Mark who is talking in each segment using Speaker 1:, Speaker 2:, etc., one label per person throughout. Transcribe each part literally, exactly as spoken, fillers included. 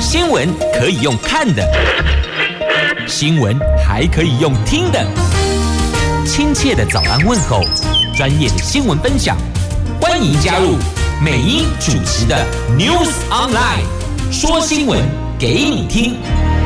Speaker 1: 新闻可以用看的，新闻还可以用听的。亲切的早安问候，专业的新闻分享，欢迎加入美英主持的 News Online， 说新闻给你听。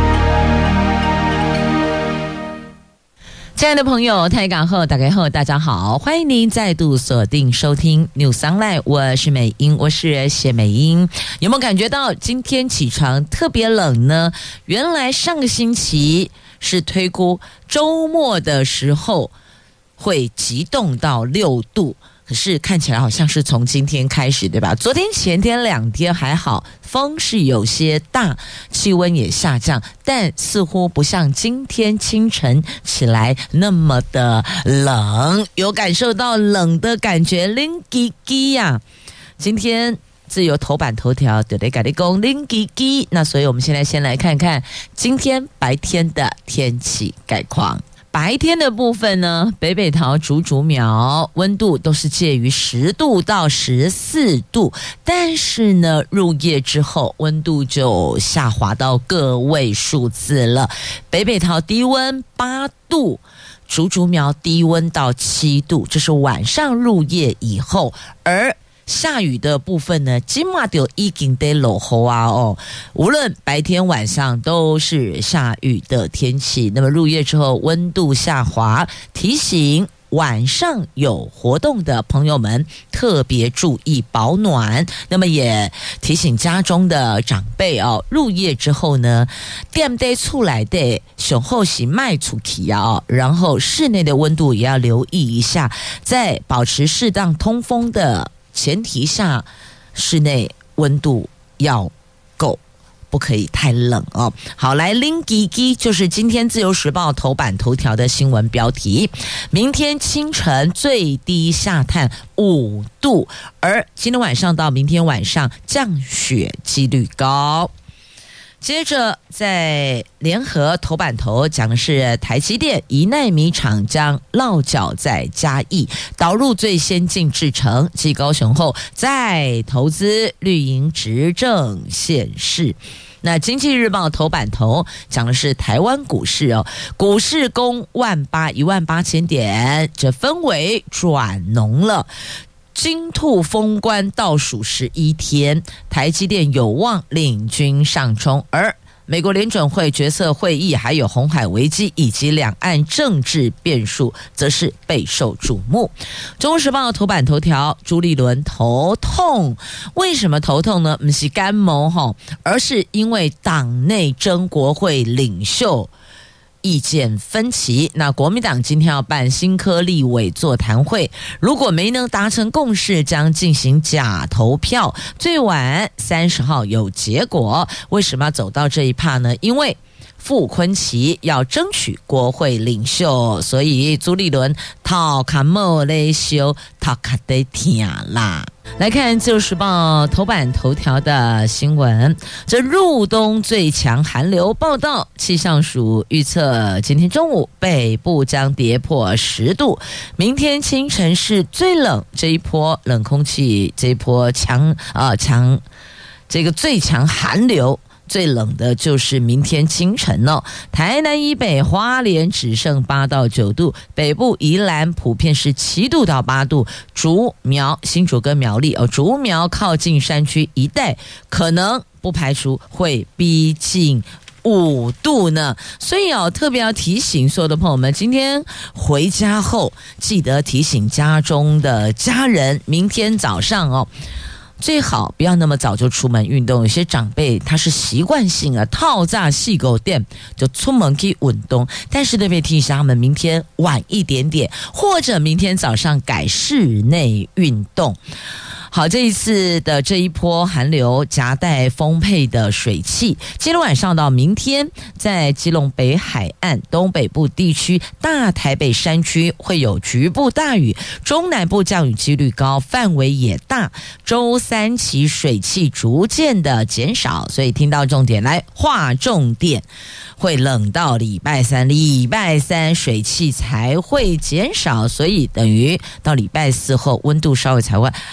Speaker 2: 亲爱的朋友，台港后打开后，大家好，欢迎您再度锁定收听 News Online， 我是美英，我是谢美英。有没有感觉到今天起床特别冷呢？原来上个星期是推估周末的时候会急冻到六度，可是看起来好像是从今天开始，对吧？昨天前天两天还好，风是有些大，气温也下降，但似乎不像今天清晨起来那么的冷，有感受到冷的感觉，冷叽叽呀！今天自由头版头条就得改的公冷叽叽，那所以我们现在先来看看今天白天的天气概况。白天的部分呢，北北桃、竹竹苗温度都是介于十度到十四度，但是呢，入夜之后温度就下滑到个位数字了。北北桃低温八度，竹竹苗低温到七度，这是晚上入夜以后，而下雨的部分呢，今晚就已经得落雨啊哦，无论白天晚上都是下雨的天气。那么入夜之后温度下滑，提醒晚上有活动的朋友们特别注意保暖。那么也提醒家中的长辈哦，入夜之后呢，店得出来的雄厚型卖出去啊，然后室内的温度也要留意一下，在保持适当通风的前提下，室内温度要够，不可以太冷哦。好，来拎叽叽，就是今天自由时报头版头条的新闻标题。明天清晨最低下探五度，而今天晚上到明天晚上降雪几率高。接着在联合头版头讲的是台积电一奈米厂将落脚在嘉义，导入最先进制程，继高雄后再投资绿营执政县市。那经济日报头版头讲的是台湾股市哦，股市攻万八一万八千点，这氛围转浓了。金兔封关倒数十一天，台积电有望领军上冲，而美国联准会决策会议、还有红海危机以及两岸政治变数，则是备受瞩目。中国时报头版头条：朱立伦头痛，为什么头痛呢？不是感冒哈，而是因为党内争国会领袖意见分歧。那国民党今天要办新科立委座谈会，如果没能达成共识，将进行假投票，最晚三十号有结果。为什么要走到这一趴呢？因为傅崐萁要争取国会领袖，所以朱立伦头卡莫勒修头卡得听啦。来看自由时报头版头条的新闻，这入冬最强寒流报道，气象署预测今天中午北部将跌破十度，明天清晨是最冷，这一波冷空气，这一波强啊强这个最强寒流。最冷的就是明天清晨哦，台南以北花莲只剩八到九度，北部宜兰普遍是七度到八度，竹苗新竹跟苗栗哦，竹苗靠近山区一带可能不排除会逼近五度呢，所以哦，特别要提醒所有的朋友们，今天回家后记得提醒家中的家人，明天早上哦。最好不要那么早就出门运动，有些长辈他是习惯性啊套炸细狗店就出门去运动，但是特别提醒他们明天晚一点点，或者明天早上改室内运动。好，这一次的这一波寒流夹带丰沛的水汽，今天晚上到明天，在基隆北海岸东北部地区、大台北山区会有局部大雨，中南部降雨几率高，范围也大。周三起水汽逐渐的减少，所以听到重点来划重点，会冷到礼拜三，礼拜三水汽才会减少，所以等于到礼拜四后温度稍微才会可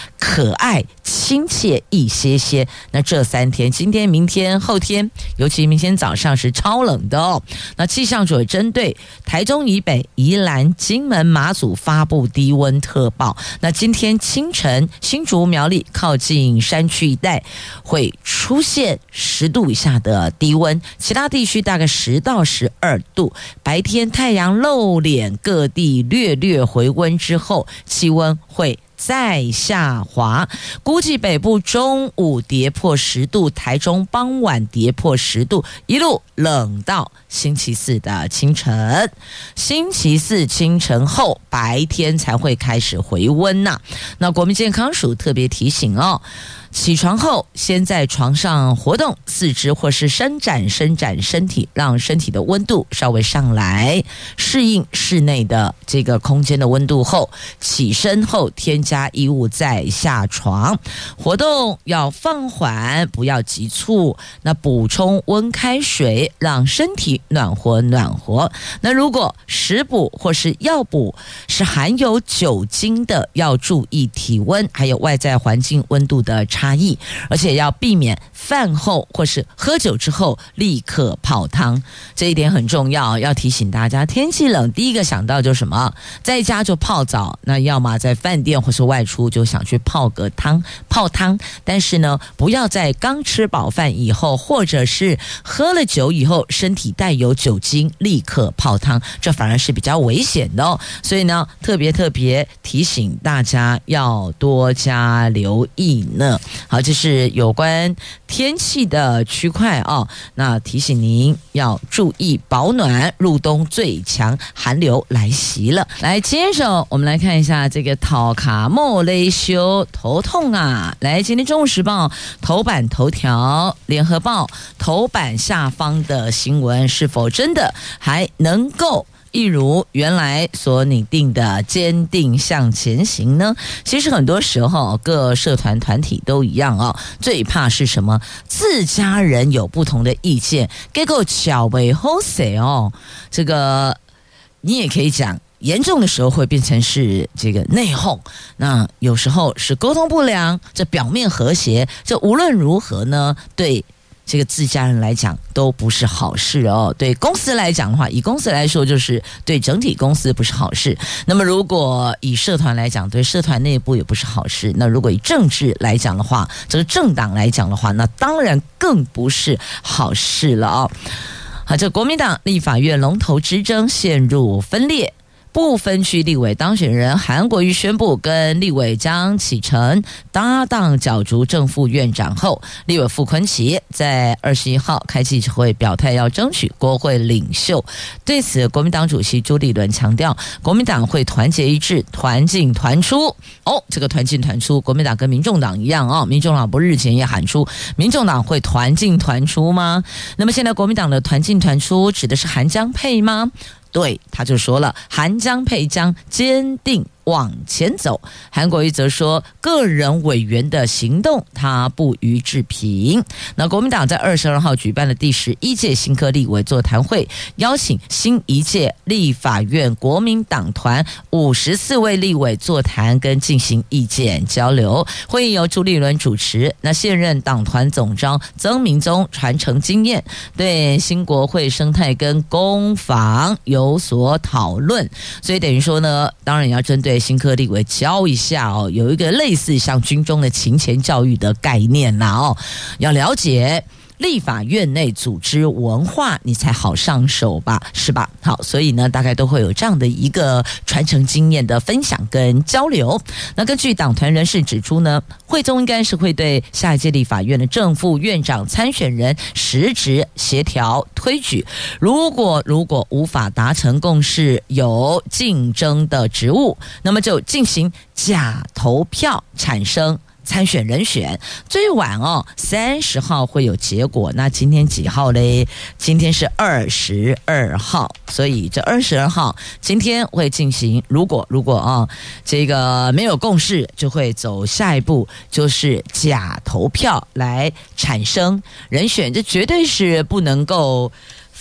Speaker 2: 可爱亲切一些些。那这三天，今天、明天、后天，尤其明天早上是超冷的哦。那气象局针对台中以北、宜兰、金门、马祖发布低温特报。那今天清晨，新竹苗栗靠近山区一带会出现十度以下的低温，其他地区大概十到十二度。白天太阳露脸，各地略略回温之后，气温会再下滑，估计北部中午跌破十度，台中傍晚跌破十度，一路冷到星期四的清晨。星期四清晨后，白天才会开始回温呐、啊。那国民健康署特别提醒哦，起床后先在床上活动四肢或是伸展伸展身体，让身体的温度稍微上来，适应室内的这个空间的温度后，起身后添加衣物再下床。活动要放缓，不要急促。那补充温开水，让身体暖和暖和。那如果食补或是药补是含有酒精的，要注意体温还有外在环境温度的差异，而且要避免饭后或是喝酒之后立刻泡汤，这一点很重要。要提醒大家，天气冷，第一个想到就是什么？在家就泡澡，那要么在饭店或是外出就想去泡个汤泡汤，但是呢，不要在刚吃饱饭以后，或者是喝了酒以后，身体带有酒精立刻泡汤，这反而是比较危险的哦。所以呢，特别特别提醒大家要多加留意呢。好，这是有关天气的区块哦。那提醒您要注意保暖，入冬最强寒流来袭了。来，接着我们来看一下这个讨卡莫雷修头痛啊。来，今天《中国时报》头版头条，《联合报》头版下方的新闻是否真的还能够一如原来所拟定的坚定向前行呢？其实很多时候各社团团体都一样哦，最怕是什么？自家人有不同的意见，结果巧为好势哦。这个你也可以讲，严重的时候会变成是这个内讧，那有时候是沟通不良，这表面和谐，这无论如何呢，对这个自家人来讲都不是好事哦。对公司来讲的话，以公司来说，就是对整体公司不是好事。那么如果以社团来讲，对社团内部也不是好事。那如果以政治来讲的话，这个政党来讲的话，那当然更不是好事了哦。好，这国民党立法院龙头之争陷入分裂。不分区立委当选人韩国瑜宣布跟立委江启臣搭档角逐正副院长后，立委傅崐萁在二十一号开记者会表态要争取国会领袖。对此，国民党主席朱立伦强调，国民党会团结一致，团进团出。哦，这个团进团出，国民党跟民众党一样哦，民众党不日前也喊出，民众党会团进团出吗？那么现在国民党的团进团出指的是韩江配吗？对，他就说了，韩江配将坚定往前走。韩国瑜则说，个人委员的行动他不予置评。那国民党在二十二号举办了第十一届新科立委座谈会，邀请新一届立法院国民党团五十四位立委座谈跟进行意见交流。会议由朱立伦主持，那现任党团总召曾明宗传承经验，对新国会生态跟攻防有所讨论。所以等于说呢，当然也要针对新科立委教一下哦，有一个类似像军中的勤前教育的概念啦哦，要了解立法院内组织文化，你才好上手吧，是吧？好，所以呢，大概都会有这样的一个传承经验的分享跟交流。那根据党团人士指出呢，会中应该是会对下一届立法院的正副院长参选人实质协调推举。如果如果无法达成共识，有竞争的职务，那么就进行假投票，产生参选人选。最晚哦，三十号会有结果。那今天几号嘞？今天是二十二号，所以这二十二号今天会进行。如果如果啊、哦，这个没有共识，就会走下一步，就是假投票来产生人选。这绝对是不能够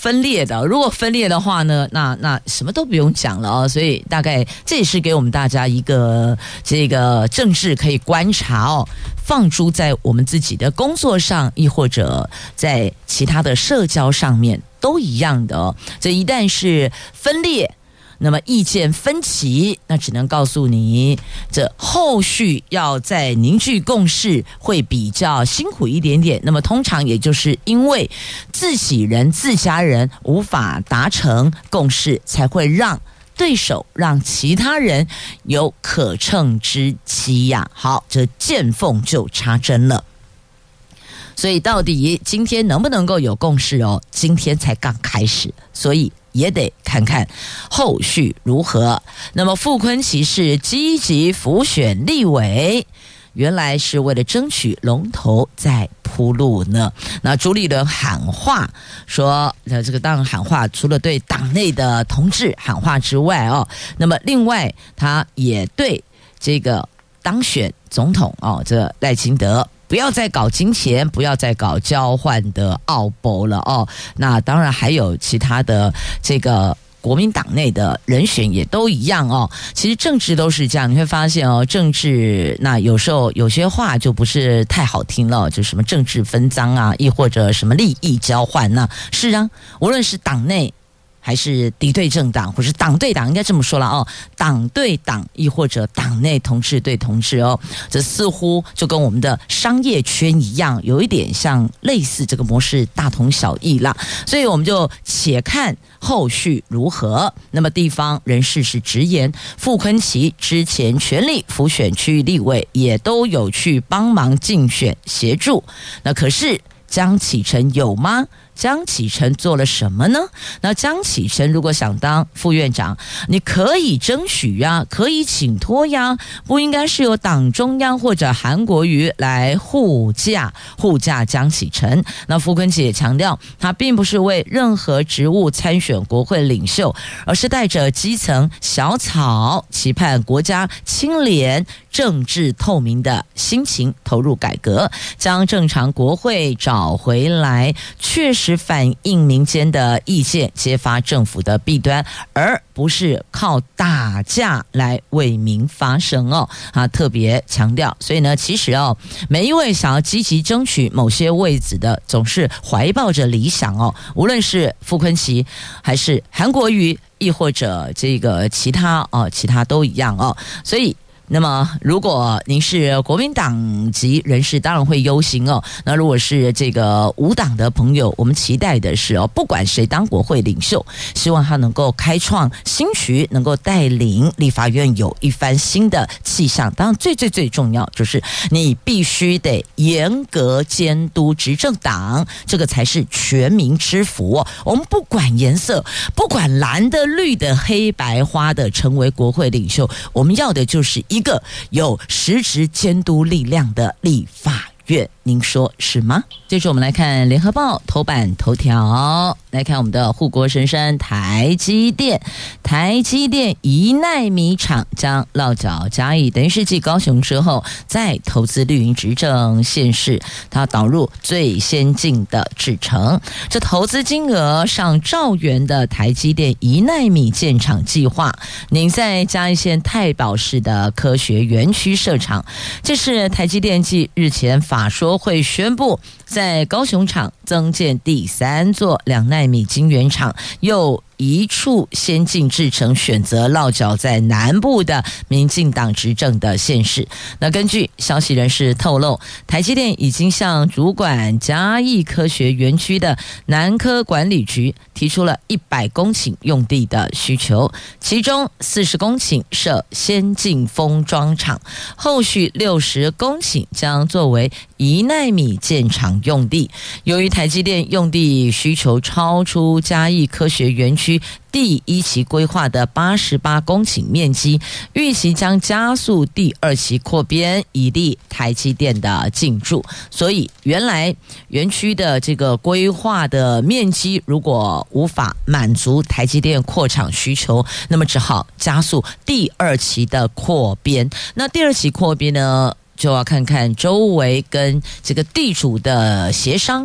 Speaker 2: 分裂的。如果分裂的话呢，那那什么都不用讲了哦。所以大概这也是给我们大家一个这个政治可以观察哦，放诸在我们自己的工作上，亦或者在其他的社交上面都一样的哦。这一旦是分裂，那么意见分歧，那只能告诉你，这后续要再凝聚共识会比较辛苦一点点。那么通常也就是因为自己人自家人无法达成共识，才会让对手让其他人有可乘之机呀。好，这见缝就插针了。所以到底今天能不能够有共识哦？今天才刚开始，所以也得看看后续如何。那么傅崐萁是积极辅选立委，原来是为了争取龙头在铺路呢。那朱立伦喊话说，呃，这个当然喊话，除了对党内的同志喊话之外哦，那么另外他也对这个当选总统哦，这赖清德，不要再搞金钱，不要再搞交换的奥博了哦。那当然还有其他的这个国民党内的人选也都一样哦。其实政治都是这样，你会发现哦，政治那有时候有些话就不是太好听了，就什么政治分赃啊，亦或者什么利益交换呐、啊。是啊，无论是党内还是敌对政党，或是党对党，应该这么说了哦，党对党，亦或者党内同志对同志哦，这似乎就跟我们的商业圈一样，有一点像类似这个模式，大同小异啦。所以我们就且看后续如何。那么地方人士是直言，傅崐萁之前全力辅选区域立委，也都有去帮忙竞选协助。那可是江启臣有吗？江启臣做了什么呢？那江启臣如果想当副院长，你可以争取呀，可以请托呀，不应该是由党中央或者韩国瑜来护驾护驾江启臣。那傅崐萁也强调，他并不是为任何职务参选国会领袖，而是带着基层小草，期盼国家清廉政治透明的心情投入改革，将正常国会找回来，确实反映民间的意见，揭发政府的弊端，而不是靠打架来为民发声哦。他特别强调，所以呢，其实哦，每一位想要积极争取某些位置的，总是怀抱着理想哦。无论是傅崐萁，还是韩国瑜，亦或者这个其他哦，其他都一样哦。所以那么如果您是国民党籍人士，当然会忧心哦。那如果是这个无党的朋友，我们期待的是哦，不管谁当国会领袖，希望他能够开创新局，能够带领立法院有一番新的气象。当然最最最重要就是你必须得严格监督执政党，这个才是全民之福哦。我们不管颜色，不管蓝的绿的黑白花的，成为国会领袖，我们要的就是一一个有实质监督力量的立法院，您说是吗？接着我们来看联合报头版头条，来看我们的护国神山台积电，台积电一奈米厂将落脚嘉义，等于是继高雄之后再投资绿营执政县市，它导入最先进的制程，这投资金额上兆元的台积电一奈米建厂计划，您在嘉义县太保市的科学园区设厂，这是台积电继日前法说会宣布在高雄厂增建第三座两奈米晶圆厂，又一处先进制程选择落脚在南部的民进党执政的县市。那根据消息人士透露，台积电已经向主管嘉义科学园区的南科管理局提出了一百公顷用地的需求，其中四十公顷设先进封装厂，后续六十公顷将作为一奈米建厂用地。由于台积电用地需求超出嘉义科学园区第一期规划的八十八公顷面积，预期将加速第二期扩编，以利台积电的进驻。所以原来园区的这个规划的面积如果无法满足台积电扩厂需求，那么只好加速第二期的扩编。那第二期扩编呢，就要看看周围跟这个地主的协商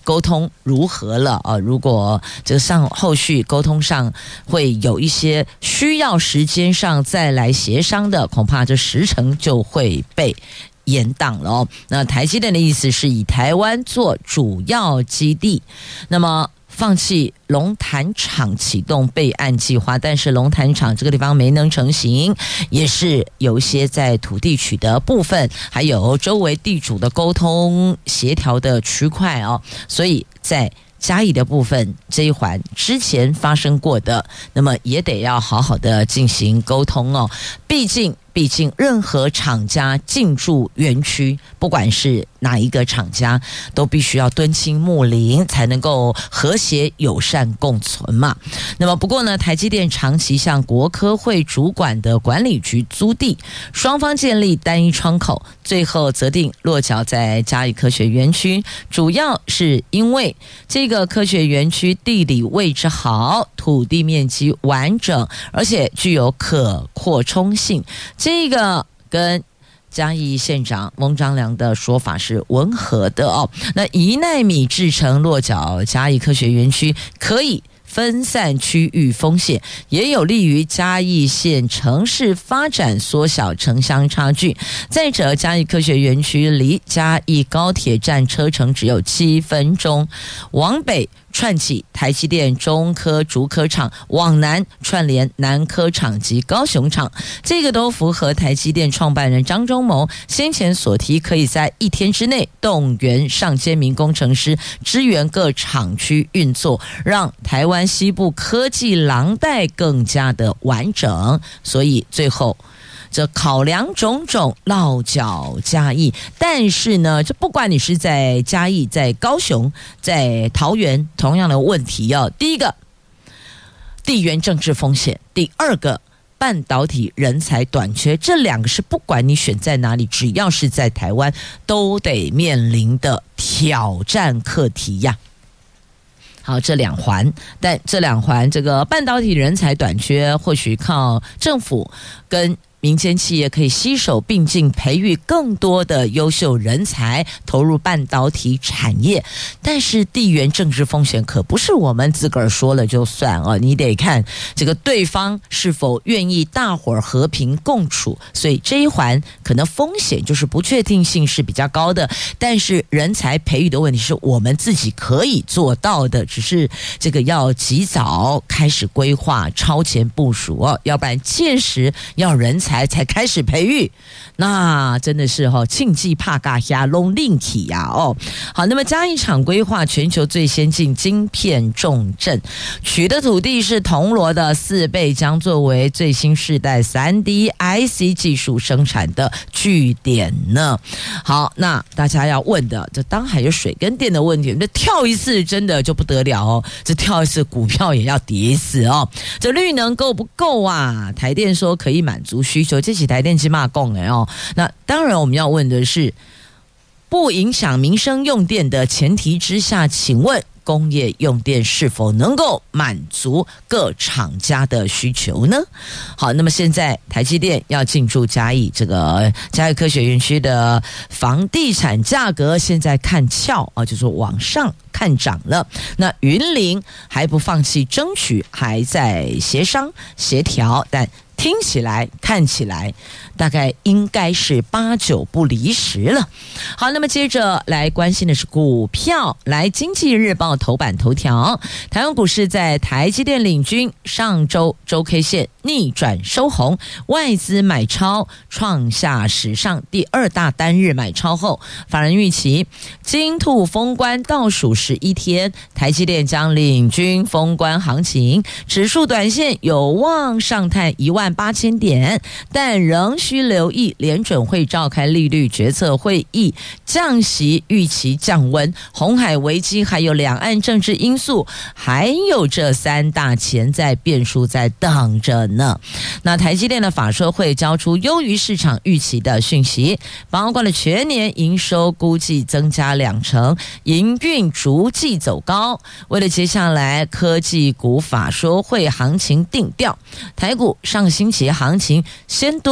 Speaker 2: 沟通如何了啊？如果这个上后续沟通上会有一些需要时间上再来协商的，恐怕这时程就会被延档了哦。那台积电的意思是以台湾做主要基地，那么放弃龙潭厂启动备案计划，但是龙潭厂这个地方没能成型，也是有一些在土地取得部分，还有周围地主的沟通协调的区块哦，所以在嘉义的部分这一环之前发生过的，那么也得要好好的进行沟通哦。毕竟毕竟任何厂家进驻园区，不管是哪一个厂家，都必须要敦亲睦邻，才能够和谐友善共存嘛。那么不过呢，台积电长期向国科会主管的管理局租地，双方建立单一窗口，最后择定落脚在嘉义科学园区，主要是因为这个科学园区地理位置好，土地面积完整，而且具有可扩充性。这个跟嘉义县长翁章良的说法是吻合的哦。那一奈米制程落脚嘉义科学园区，可以分散区域风险，也有利于嘉义县城市发展，缩小城乡差距。再者，嘉义科学园区离嘉义高铁站车程只有七分钟，往北串起台积电中科竹科厂，往南串联南科厂及高雄厂，这个都符合台积电创办人张忠谋先前所提，可以在一天之内动员上千名工程师支援各厂区运作，让台湾西部科技廊带更加的完整。所以最后这考量种种落脚嘉义，但是呢，这不管你是在嘉义、在高雄、在桃园，同样的问题哦。第一个，地缘政治风险；第二个，半导体人才短缺。这两个是不管你选在哪里，只要是在台湾，都得面临的挑战课题呀。好，这两环，但这两环，这个半导体人才短缺，或许靠政府跟民间企业可以携手并进，培育更多的优秀人才投入半导体产业。但是地缘政治风险可不是我们自个儿说了就算哦，你得看这个对方是否愿意大伙儿和平共处。所以这一环可能风险就是不确定性是比较高的，但是人才培育的问题是我们自己可以做到的，只是这个要及早开始规划，超前部署哦，要不然届时要人才才开始培育，那真的是哈、哦，庆忌怕嘎虾龙令体呀哦。好，那么嘉义厂规划全球最先进晶片重镇，取的土地是铜锣的四倍，将作为最新世代 三 D I C 技术生产的据点呢。好，那大家要问的，这当还有水跟电的问题，这跳一次真的就不得了哦，这跳一次股票也要跌死哦。这绿能够不够啊？台电说可以满足需求，这起台电起码供哎哦。那当然我们要问的是，不影响民生用电的前提之下，请问工业用电是否能够满足各厂家的需求呢？好，那么现在台积电要进驻嘉义，这个嘉义科学园区的房地产价格现在看俏啊，就是往上看涨了。那云林还不放弃争取，还在协商协调，但听起来看起来大概应该是八九不离十了。好，那么接着来关心的是股票。来，经济日报头版头条，台湾股市在台积电领军，上周周 K 线逆转收红，外资买超创下史上第二大单日买超后，法人预期金兔封关倒数十一天，台积电将领军封关行情，指数短线有望上探一万八千点，但仍需留意联准会召开利率决策会议，降息预期降温，红海危机，还有两岸政治因素，还有这三大潜在变数在等着呢。那台积电的法说会交出优于市场预期的讯息，包括了全年营收估计增加两成，营运逐季走高。为了接下来科技股法说会行情定调，台股上星期行情先蹲后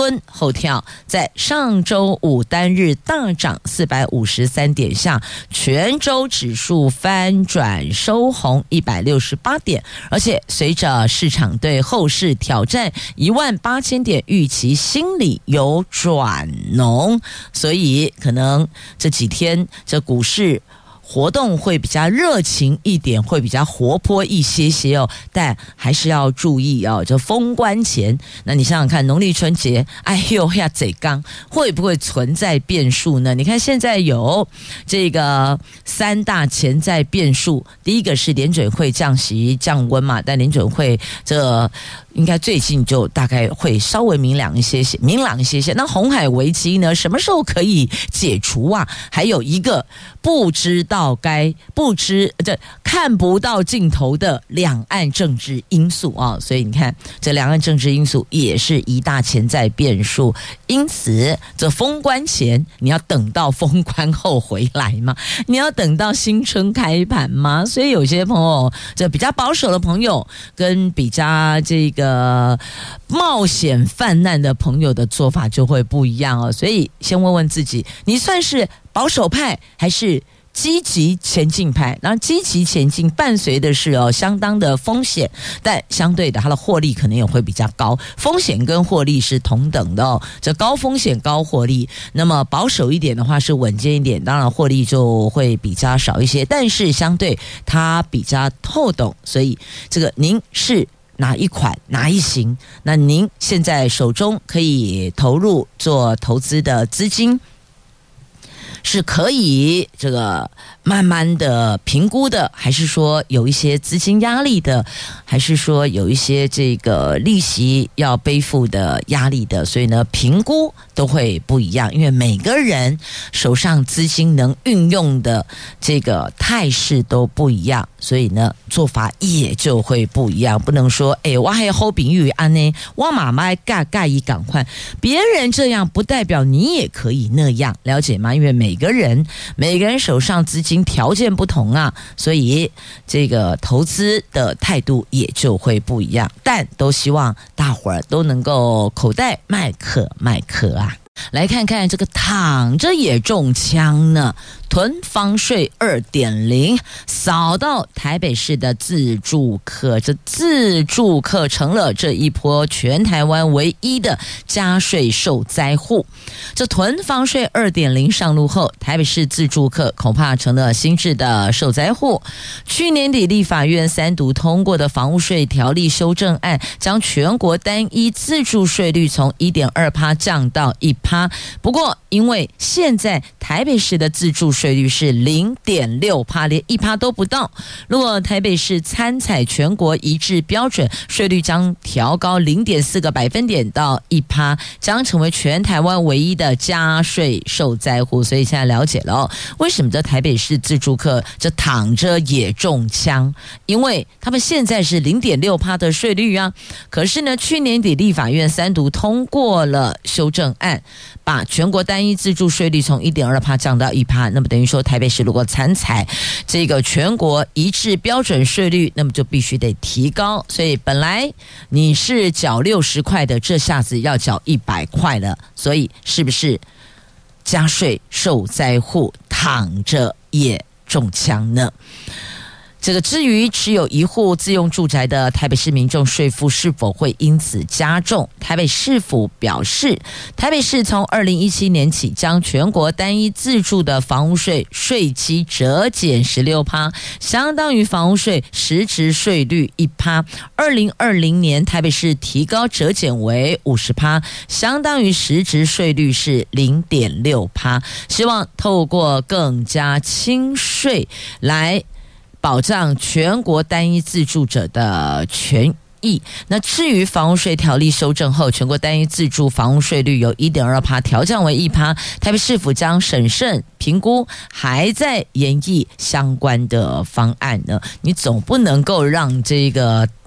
Speaker 2: 后跳，在上周五单日大涨四百五十三点下，全周指数翻转收红一百六十八点，而且随着市场对后市挑战一万八千点预期心理有转浓，所以可能这几天这股市活动会比较热情一点，会比较活泼一些些哦，但还是要注意哦，就封关前，那你想想看，农历春节，哎呦呀，贼刚会不会存在变数呢？你看现在有这个三大潜在变数，第一个是联准会降息降温嘛，但联准会这应该最近就大概会稍微明朗一些些，明朗一些些。那红海危机呢，什么时候可以解除啊？还有一个不知道该不知这看不到尽头的两岸政治因素啊，所以你看这两岸政治因素也是一大潜在变数。因此，这封关前你要等到封关后回来吗？你要等到新春开盘吗？所以有些朋友，这比较保守的朋友跟比较这个冒险犯难的朋友的做法就会不一样哦。所以先问问自己，你算是保守派还是积极前进派？然后积极前进伴随的是哦相当的风险，但相对的它的获利可能也会比较高，风险跟获利是同等的哦，这高风险高获利。那么保守一点的话是稳健一点，当然获利就会比较少一些，但是相对它比较透懂，所以这个您是哪一款哪一型，那您现在手中可以投入做投资的资金是可以这个慢慢的评估的，还是说有一些资金压力的，还是说有一些这个利息要背负的压力的，所以呢评估都会不一样，因为每个人手上资金能运用的这个态势都不一样，所以呢做法也就会不一样。不能说哎，我还好比喻安呢，我妈妈尬尬一赶快，别人这样不代表你也可以那样，了解吗？因为每个人每个人手上资金条件不同啊，所以这个投资的态度也就会不一样，但都希望大伙儿都能够口袋麦克麦克啊。来看看这个躺着也中枪呢，囤房税 二点零 扫到台北市的自住客，这自住客成了这一波全台湾唯一的加税受灾户。这囤房税 二点零 上路后，台北市自住客恐怕成了新制的受灾户。去年底立法院三读通过的房屋税条例修正案，将全国单一自住税率从 一点二 降到 百分之一，不过因为现在台北市的自住税率是 零点六， 连 百分之一 都不到，如果台北市参采全国一致标准，税率将调高 零点四 个百分点到 百分之一， 将成为全台湾唯一的加税受灾户。所以现在了解了哦，为什么这台北市自住客这躺着也中枪，因为他们现在是 零点六 的税率啊，可是呢去年底立法院三读通过了修正案，把全国单一自住税率从 一点二 降到 百分之一， 那么等于说台北市如果参采这个全国一致标准税率，那么就必须得提高，所以本来你是缴六十块的，这下子要缴一百块了，所以是不是加税受灾户躺着也中枪呢？这个至于持有一户自用住宅的台北市民众税负是否会因此加重，台北市府表示，台北市从二零一七年起将全国单一自住的房屋税税基折减 百分之十六， 相当于房屋税实质税率 百分之一。二零二零年台北市提高折减为 百分之五十， 相当于实质税率是 零点六， 希望透过更加轻税来保障全国单一自住者的权益。那至于房屋税条例修正后，全国单一自住房屋税率由 一点二 调降为 百分之一， 台北市府将审慎评估，还在研议相关的方案呢。你总不能够让这个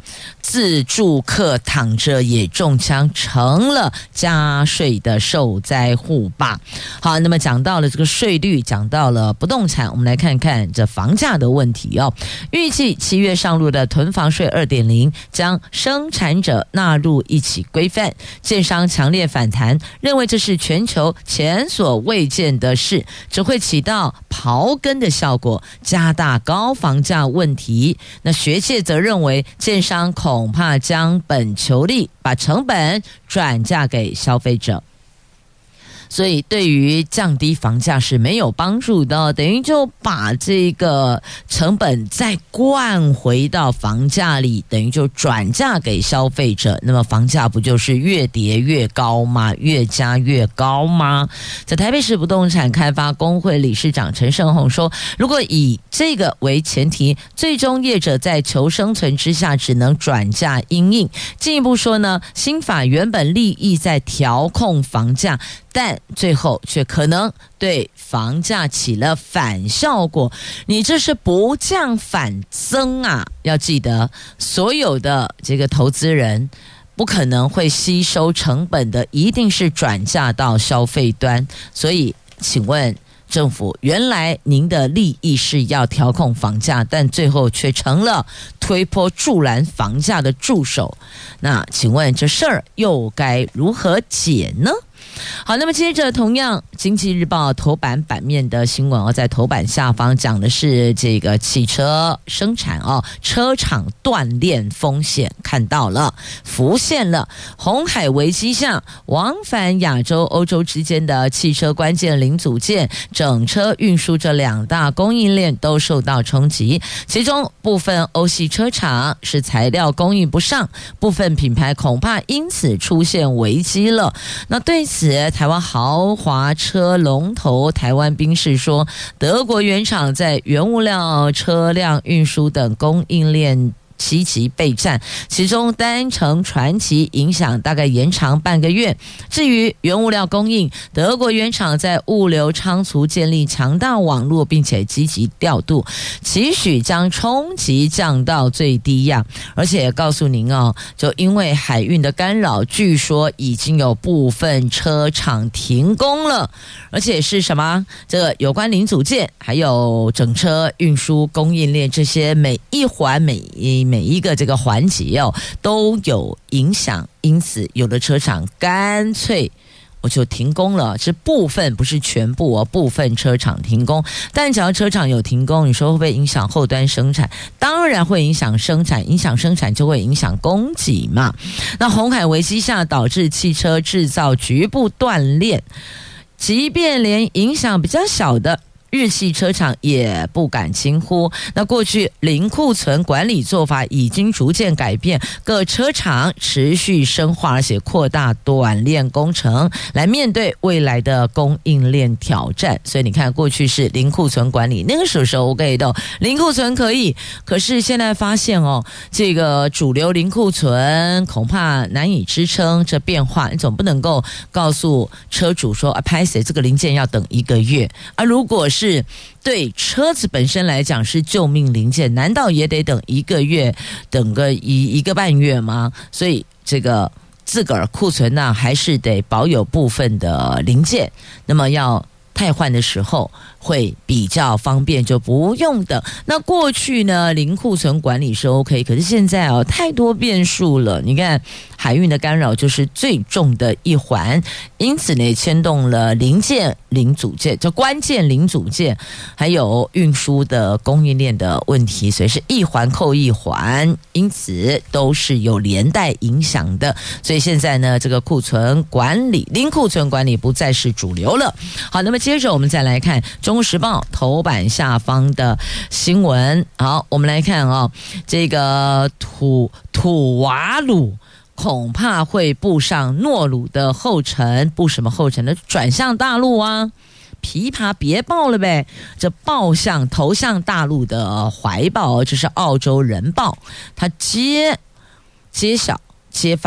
Speaker 2: 自住客躺着也中枪，成了加税的受灾户吧。好，那么讲到了这个税率，讲到了不动产，我们来看看这房价的问题哦。预计七月上路的囤房税 二点零 将生产者纳入一起规范，建商强烈反弹，认为这是全球前所未见的事，只会起到刨根的效果，加大高房价问题。那学界则认为，建商恐怕将本求利，把成本转嫁给消费者。所以对于降低房价是没有帮助的，等于就把这个成本再灌回到房价里，等于就转嫁给消费者，那么房价不就是越跌越高吗？越加越高吗？在台北市不动产开发公会理事长陈胜宏说，如果以这个为前提，最终业者在求生存之下只能转嫁因应。进一步说呢，新法原本立意在调控房价，但最后却可能对房价起了反效果，你这是不降反增啊！要记得，所有的这个投资人不可能会吸收成本的，一定是转嫁到消费端。所以，请问政府，原来您的利益是要调控房价，但最后却成了推波助澜房价的助手，那请问这事儿又该如何解呢？好，那么接着同样经济日报头版版面的新闻哦，在头版下方讲的是这个汽车生产哦，车厂断链风险看到了，浮现了。红海危机下，往返亚洲、欧洲之间的汽车关键零组件、整车运输这两大供应链都受到冲击，其中部分欧系车厂是材料供应不上，部分品牌恐怕因此出现危机了。那对此，台湾豪华车龙头台湾宾士说，德国原厂在原物料、车辆运输等供应链积极备战，其中单程传奇影响大概延长半个月。至于原物料供应，德国原厂在物流仓储建立强大网络，并且积极调度，期许将冲击降到最低呀。而且告诉您哦，就因为海运的干扰，据说已经有部分车厂停工了，而且是什么？这个有关零组件，还有整车运输供应链这些每一环每一每一个这个环节哦都有影响，因此有的车厂干脆我就停工了，是部分不是全部哦，部分车厂停工。但只要车厂有停工，你说会不会影响后端生产？当然会影响生产，影响生产就会影响供给嘛。那红海危机下导致汽车制造局部断链，即便连影响比较小的日系车厂也不敢轻忽。那过去零库存管理做法已经逐渐改变，各车厂持续深化而且扩大短链工程，来面对未来的供应链挑战。所以你看，过去是零库存管理，那个时候是 OK 的，零库存可以。可是现在发现哦，这个主流零库存恐怕难以支撑这变化。你总不能够告诉车主说啊，拍谁这个零件要等一个月啊？如果是是对车子本身来讲是救命零件，难道也得等一个月，等个一一个半月吗？所以这个自个儿库存呢、啊，还是得保有部分的零件，那么要汰换的时候会比较方便，就不用等。那过去呢，零库存管理是 OK， 可是现在哦，太多变数了。你看，海运的干扰就是最重的一环，因此呢，牵动了零件、零组件，就关键零组件，还有运输的供应链的问题，所以是一环扣一环，因此都是有连带影响的。所以现在呢，这个库存管理、零库存管理不再是主流了。好，那么接着我们再来看《中国时报》头版下方的新闻。好，我们来看哦，这个土土瓦鲁恐怕会步上诺鲁的后尘，步什么后尘呢？转向大陆啊！琵琶别抱了呗，这抱向投向大陆的怀抱，这是澳洲人报，它揭揭晓揭发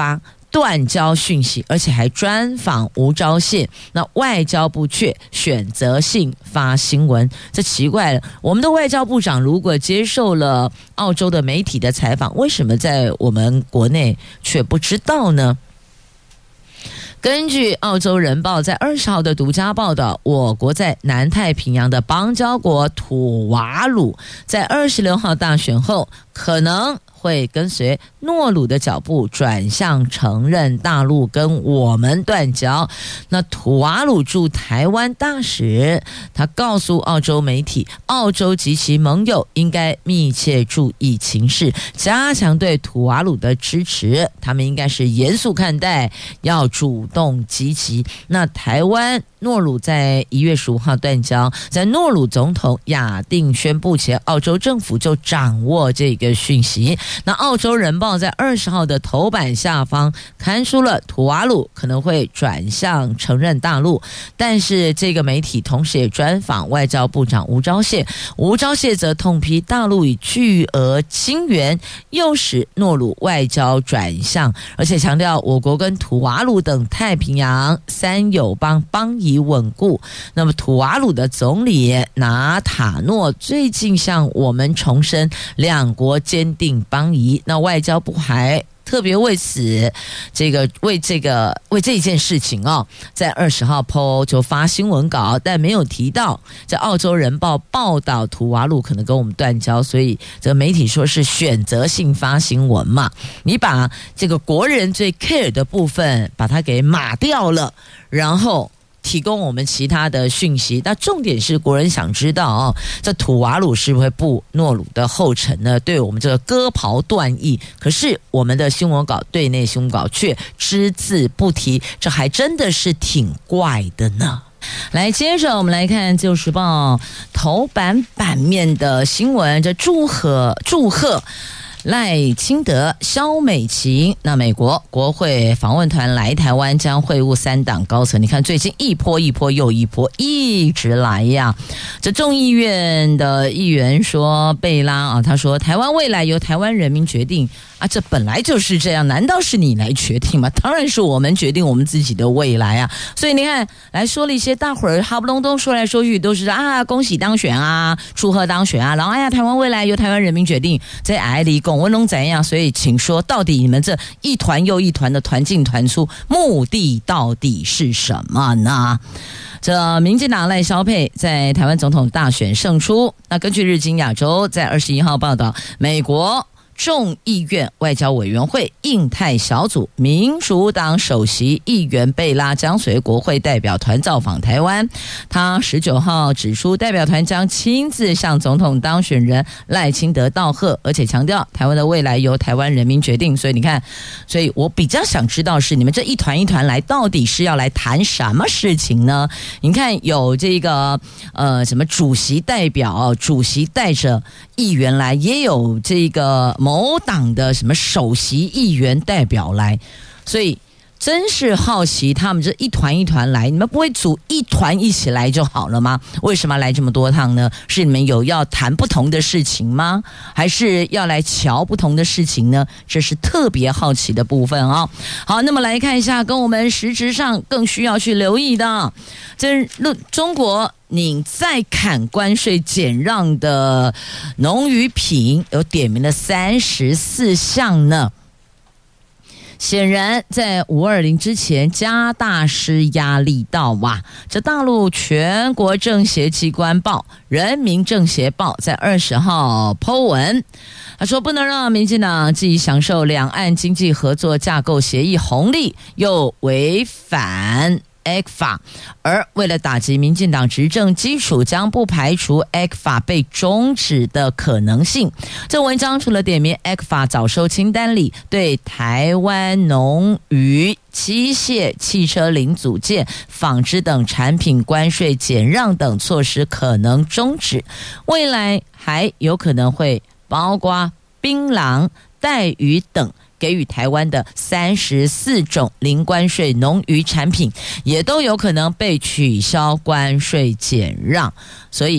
Speaker 2: 断交讯息，而且还专访吴钊燮，那外交部却选择性发新闻，这奇怪了。我们的外交部长如果接受了澳洲的媒体的采访，为什么在我们国内却不知道呢？根据澳洲人报在二十号的独家报道，我国在南太平洋的邦交国土瓦鲁在二十六号大选后可能会跟随诺鲁的脚步转向承认大陆跟我们断交。那土瓦鲁驻台湾大使他告诉澳洲媒体，澳洲及其盟友应该密切注意情势，加强对土瓦鲁的支持，他们应该是严肃看待，要主动积极。那台湾诺鲁在一月十五号断交，在诺鲁总统亚定宣布前，澳洲政府就掌握这个讯息。那澳洲人报在二十号的头版下方刊出了土瓦鲁可能会转向承认大陆，但是这个媒体同时也专访外交部长吴钊燮，吴钊燮则痛批大陆以巨额金元诱使诺鲁外交转向，而且强调我国跟土瓦鲁等太平洋三友邦邦谊稳固。那么土瓦鲁的总理纳塔诺最近向我们重申两国坚定邦谊，那外交部还特别为此这个为这个为这件事情哦，在二十号 P O 就发新闻稿，但没有提到在澳洲人报报道土瓦鲁可能跟我们断交，所以这个媒体说是选择性发新闻嘛，你把这个国人最 care 的部分把它给码掉了，然后提供我们其他的讯息。那重点是国人想知道哦，这土瓦鲁是不是会步诺鲁的后尘呢？对我们这个割袍断义，可是我们的新闻稿对内新闻稿却只字不提，这还真的是挺怪的呢。来，接着我们来看《自由时报》头版版面的新闻，这祝贺祝贺赖清德、萧美琴，那美国国会访问团来台湾将会晤三党高层。你看最近一波一波又一波一直来呀。这众议院的议员说，贝拉啊，他说台湾未来由台湾人民决定啊，这本来就是这样，难道是你来决定吗？当然是我们决定我们自己的未来啊。所以你看，来说了一些大伙儿哈不隆咚说来说去都是啊，恭喜当选啊，祝贺当选啊，然后哎呀，台湾未来由台湾人民决定，这矮离共文龙怎样？所以请说，到底你们这一团又一团的团进团出，目的到底是什么呢？这民进党赖萧配在台湾总统大选胜出。那根据日经亚洲在二十一号报道，美国众议院外交委员会印太小组民主党首席议员贝拉将随国会代表团造访台湾。他十九号指出，代表团将亲自向总统当选人赖清德道贺，而且强调台湾的未来由台湾人民决定。所以你看，所以我比较想知道是你们这一团一团来，到底是要来谈什么事情呢？你看有这个呃什么主席代表，主席带着议员来，也有这个某党的什么首席议员代表来，所以真是好奇他们这一团一团来，你们不会组一团一起来就好了吗？为什么来这么多趟呢？是你们有要谈不同的事情吗？还是要来瞧不同的事情呢？这是特别好奇的部分啊、哦。好，那么来看一下跟我们实质上更需要去留意的，这中国你再砍关税减让的农渔品有点名了三十四项呢。显然在五二零之前加大施压力道哇！这大陆全国政协机关报《人民政协报》在二十号 po 文，他说不能让民进党既享受两岸经济合作架构协议红利，又违反E C F A， 而为了打击民进党执政基础，将不排除 E C F A 被终止的可能性。这文章除了点名 E C F A 早收清单里对台湾农渔、机械、汽车零组件、纺织等产品关税减让等措施可能终止，未来还有可能会包括槟榔、带鱼等给予台湾的三十四种零关税农渔产品，也都有可能被取消关税减让。所以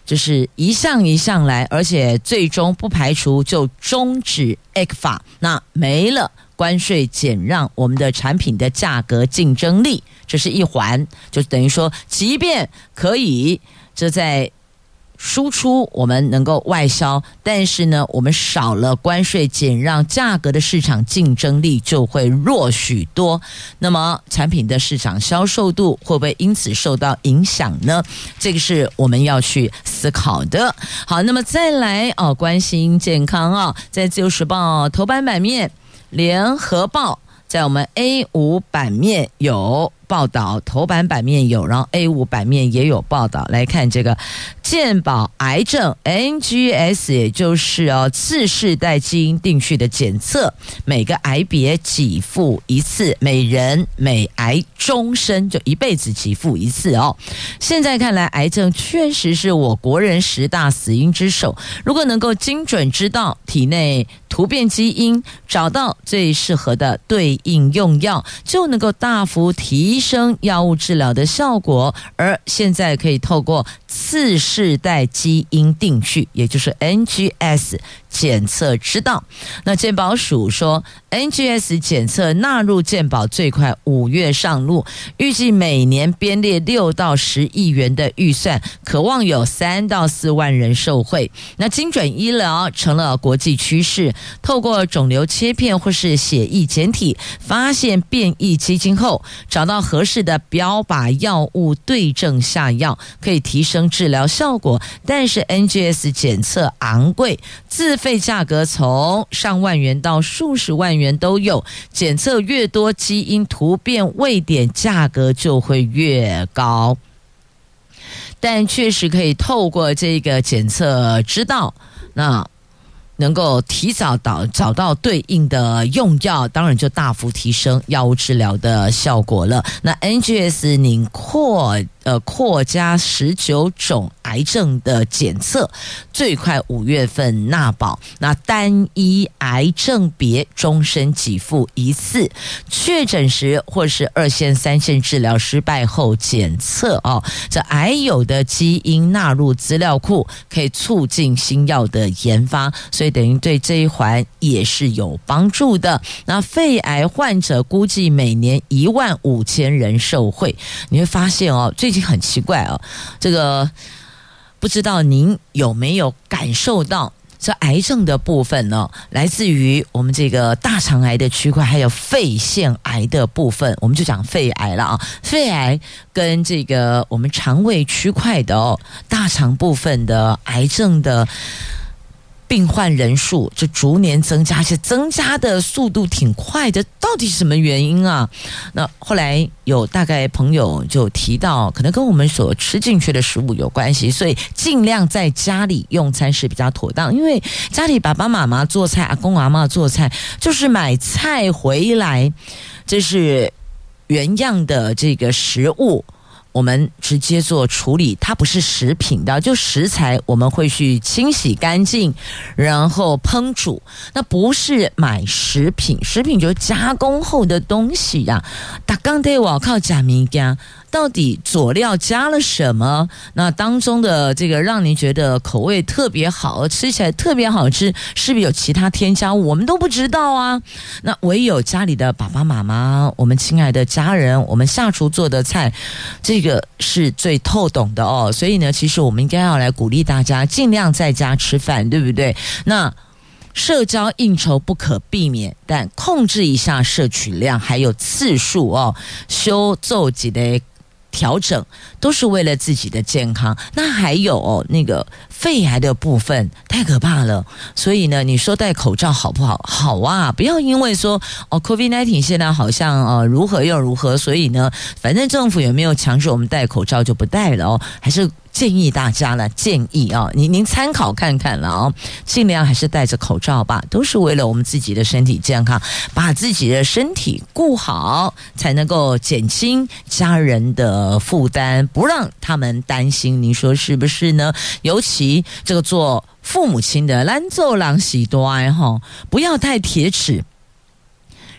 Speaker 2: 就是一项一项来，而且最终不排除就终止 E C F A， 那没了关税减让，我们的产品的价格竞争力，这是一环，就等于说，即便可以这在输出我们能够外销，但是呢，我们少了关税减让，价格的市场竞争力就会弱许多。那么产品的市场销售度会不会因此受到影响呢？这个是我们要去思考的。好，那么再来哦，关心健康啊，在自由时报头版版面，联合报在我们 A 五 版面有报道，头版版面有，然后 A 五 版面也有报道。来看这个健保癌症 N G S， 也就是哦次世代基因定序的检测，每个癌别给付一次，每人每癌终身，就一辈子给付一次哦。现在看来，癌症确实是我国人十大死因之首。如果能够精准知道体内突变基因，找到最适合的对应用药，就能够大幅提升药物治疗的效果。而现在可以透过次世代基因定序，也就是 N G S 检测知道。那健保署说 N G S 检测纳入健保最快五月上路，预计每年编列六到十亿元的预算，可望有三到四万人受惠。那精准医疗成了国际趋势，透过肿瘤切片或是血液检体发现变异基因后，找到合适的标靶药物对症下药，可以提升治疗效果。但是 N G S 检测昂贵，自费价格从上万元到数十万元都有，检测越多，基因突变位点价格就会越高。但确实可以透过这个检测知道，那能够提早找找到对应的用药，当然就大幅提升药物治疗的效果了。那 N G S 拟扩呃扩加十九种癌症的检测，最快五月份纳保。那单一癌症别终身给付一次，确诊时或是二线、三线治疗失败后检测哦，这癌友的基因纳入资料库，可以促进新药的研发，所以等于对这一环也是有帮助的。那肺癌患者估计每年一万五千人受惠，你会发现哦，最近很奇怪哦，这个不知道您有没有感受到？这癌症的部分呢，来自于我们这个大肠癌的区块，还有肺腺癌的部分，我们就讲肺癌了啊。肺癌跟这个我们肠胃区块的哦，大肠部分的癌症的病患人数就逐年增加，而且增加的速度挺快的，到底是什么原因啊？那后来有大概朋友就提到，可能跟我们所吃进去的食物有关系，所以尽量在家里用餐是比较妥当。因为家里爸爸妈妈做菜，阿公阿嬷做菜，就是买菜回来，这是原样的这个食物，我们直接做处理，它不是食品的，就食材我们会去清洗干净，然后烹煮。那不是买食品，食品就是加工后的东西呀、啊。打刚得我靠假米干，到底佐料加了什么？那当中的这个让您觉得口味特别好，吃起来特别好吃，是不是有其他添加物？我们都不知道啊。那唯有家里的爸爸妈妈，我们亲爱的家人，我们下厨做的菜，这个是最透懂的哦。所以呢，其实我们应该要来鼓励大家尽量在家吃饭，对不对？那社交应酬不可避免，但控制一下摄取量还有次数哦，修奏几的调整都是为了自己的健康。那还有哦，那个肺癌的部分太可怕了，所以呢，你说戴口罩好不好？好啊，不要因为说哦 COVID 十九 现在好像呃如何又如何，所以呢，反正政府有没有强制我们戴口罩就不戴了哦，还是建议大家了，建议啊、哦，您您参考看看了哦，尽量还是戴着口罩吧，都是为了我们自己的身体健康，把自己的身体顾好，才能够减轻家人的负担，不让他们担心，您说是不是呢？尤其这个做父母亲的，咱做人是大的哈，不要太铁齿。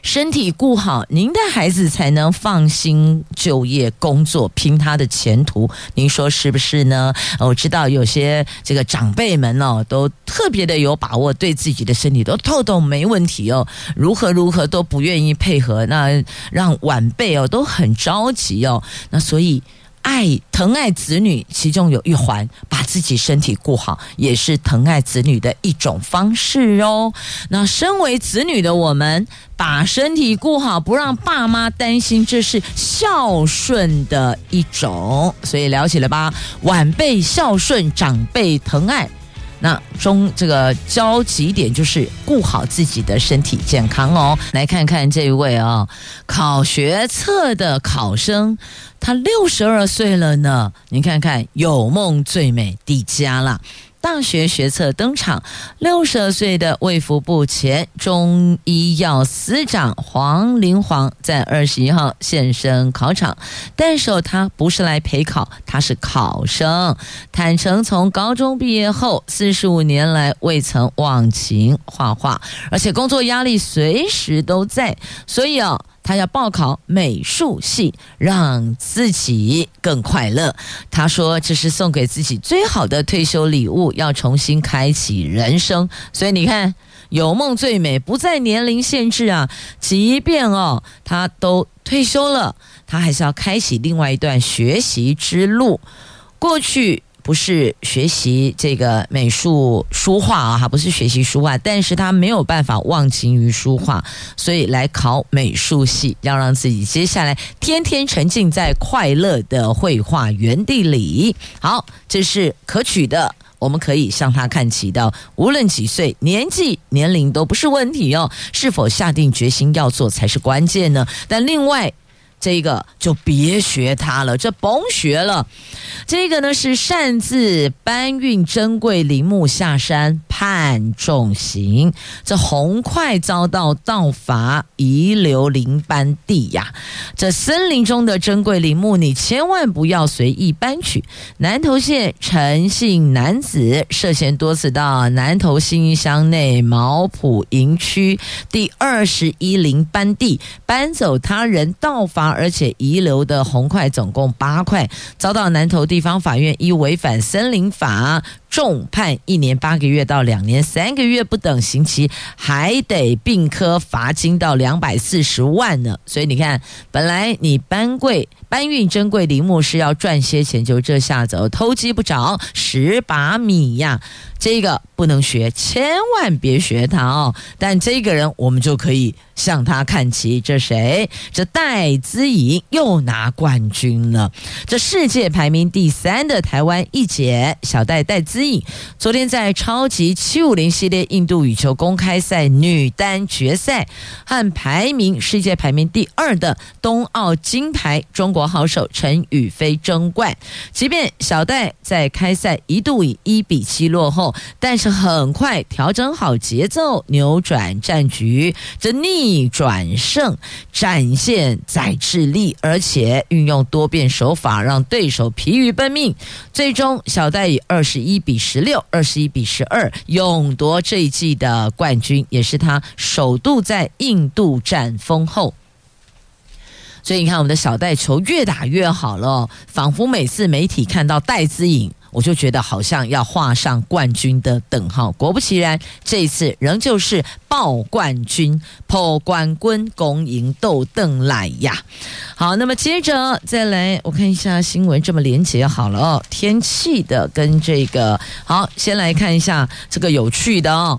Speaker 2: 身体顾好，您的孩子才能放心就业工作，拼他的前途。您说是不是呢？我知道有些这个长辈们哦，都特别的有把握，对自己的身体都透透没问题哦，如何如何都不愿意配合，那让晚辈哦都很着急哦。那所以爱疼爱子女，其中有一环，把自己身体顾好，也是疼爱子女的一种方式哦。那身为子女的我们，把身体顾好，不让爸妈担心，这是孝顺的一种。所以了解了吧？晚辈孝顺，长辈疼爱。那中这个交集点就是顾好自己的身体健康哦。来看看这位哦，考学测的考生，他六十二岁了呢。您看看，有梦最美，抵佳了。大学学测登场，六十二岁的卫福部前中医药司长黄林煌在二十一号现身考场，但是他不是来陪考，他是考生，坦诚从高中毕业后四十五年来未曾忘情画画，而且工作压力随时都在，所以哦他要报考美术系，让自己更快乐。他说这是送给自己最好的退休礼物，要重新开启人生。所以你看，有梦最美，不在年龄限制啊。即便哦他都退休了，他还是要开启另外一段学习之路。过去不是学习这个美术书画啊，不是学习书画，但是他没有办法忘情于书画，所以来考美术系，要让自己接下来天天沉浸在快乐的绘画园地里。好，这是可取的，我们可以向他看齐的，无论几岁，年纪年龄都不是问题哦，是否下定决心要做才是关键呢？但另外这个就别学他了，这甭学了。这个呢是擅自搬运珍贵林木下山，判重刑。这红块遭到盗伐，遗留林班地呀。这森林中的珍贵林木，你千万不要随意搬取。南投县陈姓男子涉嫌多次到南投信义乡内毛埔营区第二十一林班地，搬走他人盗伐而且遗留的红块总共八块，遭到南投地方法院依违反森林法重判一年八个月到两年三个月不等刑期，还得并科罚金到两百四十万呢。所以你看，本来你搬贵搬运珍贵林木是要赚些钱，就这下子偷鸡不着蚀把米呀，这个不能学，千万别学他哦。但这个人我们就可以向他看齐，这谁？这戴资颖又拿冠军了。这世界排名第三的台湾一姐小戴戴资颖，昨天在超级七五零系列印度羽球公开赛女单决赛，和排名世界排名第二的冬奥金牌中国好手陈雨菲争冠。即便小戴在开赛一度以一比七落后，但是很快调整好节奏，扭转战局，这逆转胜，展现载智力，而且运用多变手法，让对手疲于奔命。最终小戴以二十一比十六、二十一比十二勇夺这一季的冠军，也是他首度在印度占封后。所以你看，我们的小戴球越打越好了，仿佛每次媒体看到戴资颖，我就觉得好像要画上冠军的等号。果不其然，这一次仍旧是报冠军，破冠军公赢斗邓来呀。好，那么接着再来，我看一下新闻这么连结好了哦，天气的跟这个，好，先来看一下这个有趣的哦。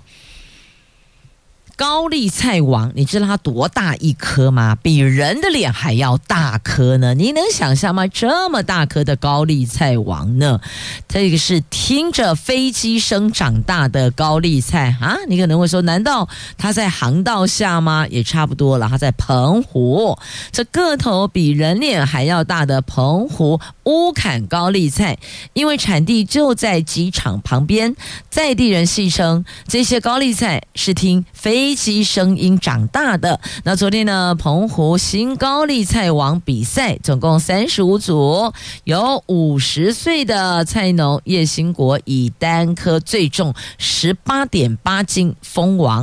Speaker 2: 高丽菜王，你知道它多大一颗吗？比人的脸还要大颗呢！你能想象吗？这么大颗的高丽菜王呢？这个是听着飞机声长大的高丽菜啊！你可能会说，难道它在航道下吗？也差不多了，它在澎湖。这个头比人脸还要大的澎湖乌坎高丽菜，因为产地就在机场旁边，在地人戏称这些高丽菜是听飞机声音长大的。那昨天呢，澎湖新高丽菜王比赛总共三十五组，有五十岁的菜农叶兴国以单颗最重十八点八斤封王。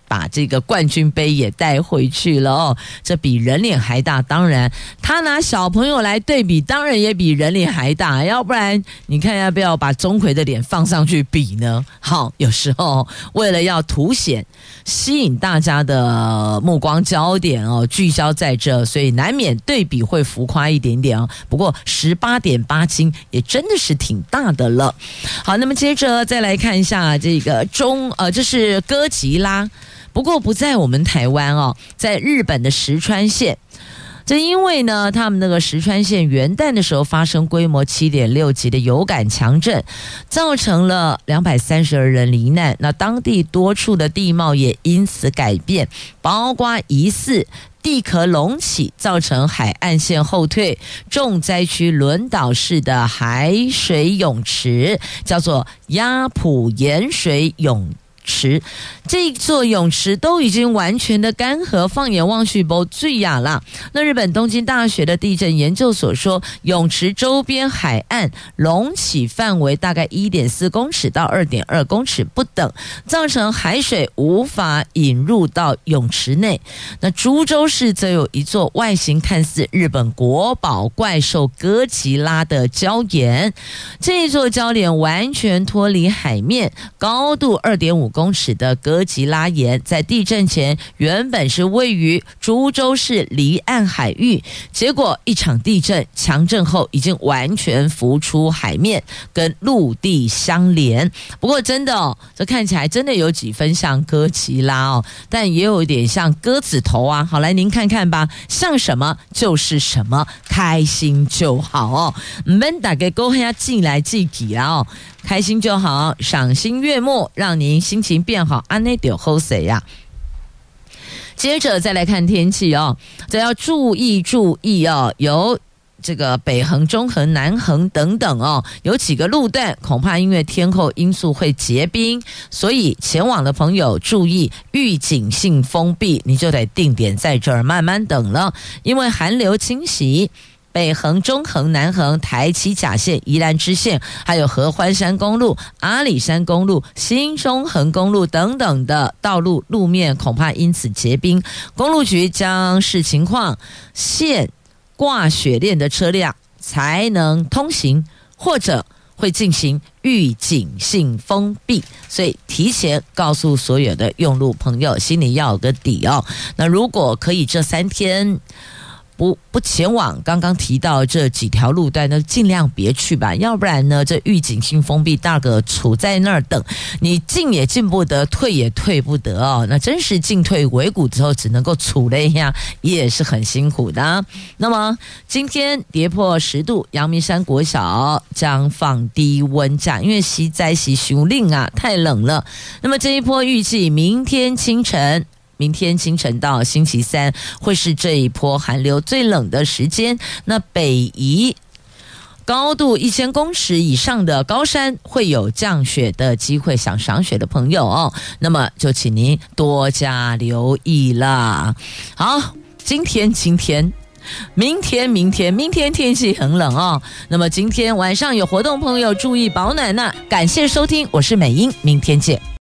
Speaker 2: 把这个冠军杯也带回去了哦，这比人脸还大。当然他拿小朋友来对比，当然也比人脸还大，要不然你看要不要把钟馗的脸放上去比呢？好，有时候为了要凸显吸引大家的目光焦点哦，聚焦在这，所以难免对比会浮夸一点点哦。不过 十八点八 斤也真的是挺大的了。好，那么接着再来看一下这个中呃，这是哥吉拉，不过不在我们台湾哦，在日本的石川县。这因为呢，他们那个石川县元旦的时候发生规模 七点六 级的有感强震，造成了两百三十二人罹难。那当地多处的地貌也因此改变，包括疑似地壳隆起，造成海岸线后退。重灾区轮岛市的海水泳池叫做鸭浦盐水泳池，这座泳池都已经完全的干涸，放眼望去不最雅了。那日本东京大学的地震研究所说，泳池周边海岸隆起范围大概 一点四公尺到 二点二公尺不等，造成海水无法引入到泳池内。那株洲市则有一座外形看似日本国宝怪兽哥吉拉的礁岩，这座礁岩完全脱离海面，高度 二点五公尺的哥吉拉岩在地震前原本是位于株洲市离岸海域，结果一场地震强震后已经完全浮出海面，跟陆地相连。不过真的哦，这看起来真的有几分像哥吉拉哦，但也有一点像鸽子头啊。好，来您看看吧，像什么就是什么，开心就好哦。唔免大家勾下进来记起啦哦，开心就好，赏心悦目，让您心情变好，安内丢好谁呀？接着再来看天气哦，这要注意注意哦，有这个北横、中横、南横等等哦，有几个路段恐怕因为天候因素会结冰，所以前往的朋友注意预警性封闭，你就得定点在这儿慢慢等了，因为寒流侵袭。北横、中横、南横、台七甲线、宜兰支线，还有合欢山公路、阿里山公路、新中横公路等等的道路路面恐怕因此结冰，公路局将视情况限挂雪链的车辆才能通行，或者会进行预警性封闭，所以提前告诉所有的用路朋友，心里要有个底哦。那如果可以这三天不不前往刚刚提到这几条路段呢，尽量别去吧，要不然呢，这预警性封闭大个处在那儿等，你进也进不得，退也退不得哦。那真是进退维谷之后，只能够处了一下，也是很辛苦的啊。那么今天跌破十度，阳明山国小将放低温假，因为西灾西熊令啊，太冷了。那么这一波预计明天清晨。明天清晨到星期三会是这一波寒流最冷的时间，那北宜高度一千公尺以上的高山会有降雪的机会，想赏雪的朋友哦，那么就请您多加留意啦。好，今天今天明天明天明天天气很冷哦，那么今天晚上有活动朋友注意保暖呐、啊。感谢收听，我是美英，明天见。